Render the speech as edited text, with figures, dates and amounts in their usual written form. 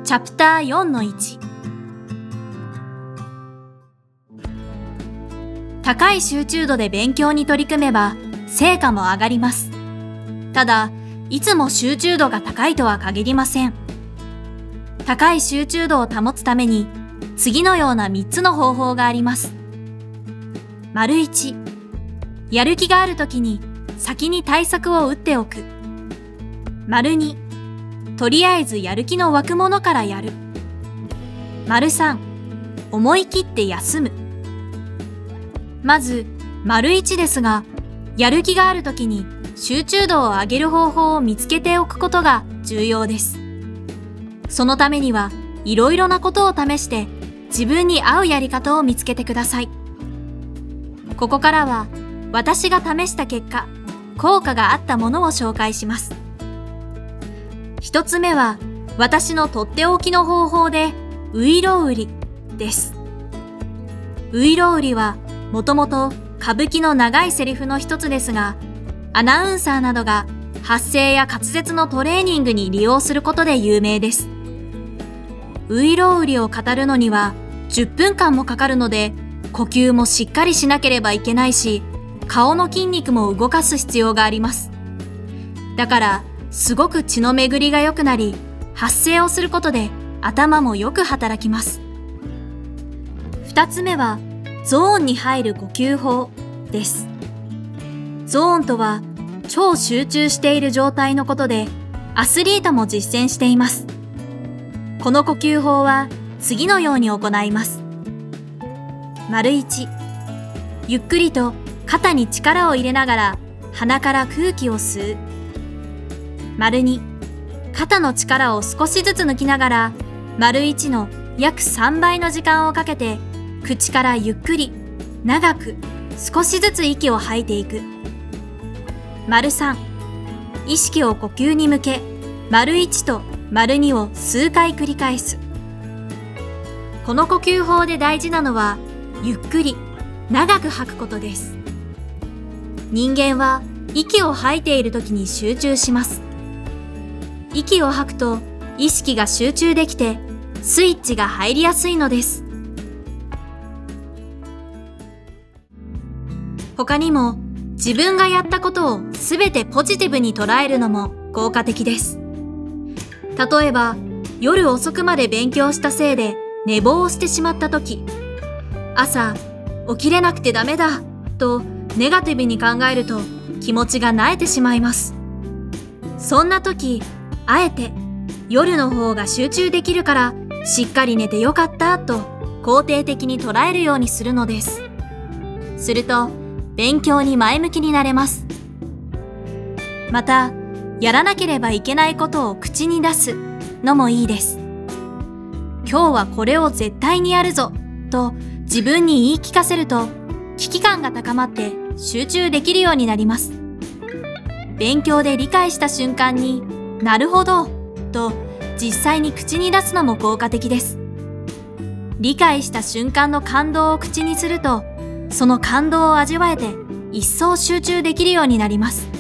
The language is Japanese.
チャプター 4-1 高い集中度で勉強に取り組めば成果も上がります。ただ、いつも集中度が高いとは限りません。高い集中度を保つために次のような3つの方法があります。1、やる気があるときに先に対策を打っておく。2、とりあえずやる気の湧くものからやる。3、思い切って休む。まず、1ですが、やる気があるときに集中度を上げる方法を見つけておくことが重要です。そのためにはいろいろなことを試して自分に合うやり方を見つけてください。ここからは私が試した結果、効果があったものを紹介します。一つ目は私のとっておきの方法でういろうりです。ういろうりはもともと歌舞伎の長いセリフの一つですが、アナウンサーなどが発声や滑舌のトレーニングに利用することで有名です。ういろうりを語るのには10分間もかかるので、呼吸もしっかりしなければいけないし、顔の筋肉も動かす必要があります。だからすごく血の巡りが良くなり、発声をすることで頭もよく働きます。2つ目はゾーンに入る呼吸法です。ゾーンとは超集中している状態のことで、アスリートも実践しています。この呼吸法は次のように行います。1、ゆっくりと肩に力を入れながら鼻から空気を吸う。2、肩の力を少しずつ抜きながら1の約3倍の時間をかけて口からゆっくり長く少しずつ息を吐いていく。3、意識を呼吸に向け1と2を数回繰り返す。この呼吸法で大事なのはゆっくり長く吐くことです。人間は息を吐いている時に集中します。息を吐くと意識が集中できてスイッチが入りやすいのです。他にも自分がやったことをすべてポジティブに捉えるのも効果的です。例えば夜遅くまで勉強したせいで寝坊をしてしまった時、朝起きれなくてダメだとネガティブに考えると気持ちが萎えてしまいます。そんな時、あえて夜の方が集中できるからしっかり寝てよかったと肯定的に捉えるようにするのです。すると勉強に前向きになれます。また、やらなければいけないことを口に出すのもいいです。今日はこれを絶対にやるぞと自分に言い聞かせると危機感が高まって集中できるようになります。勉強で理解した瞬間になるほどと実際に口に出すのも効果的です。理解した瞬間の感動を口にすると、その感動を味わえて一層集中できるようになります。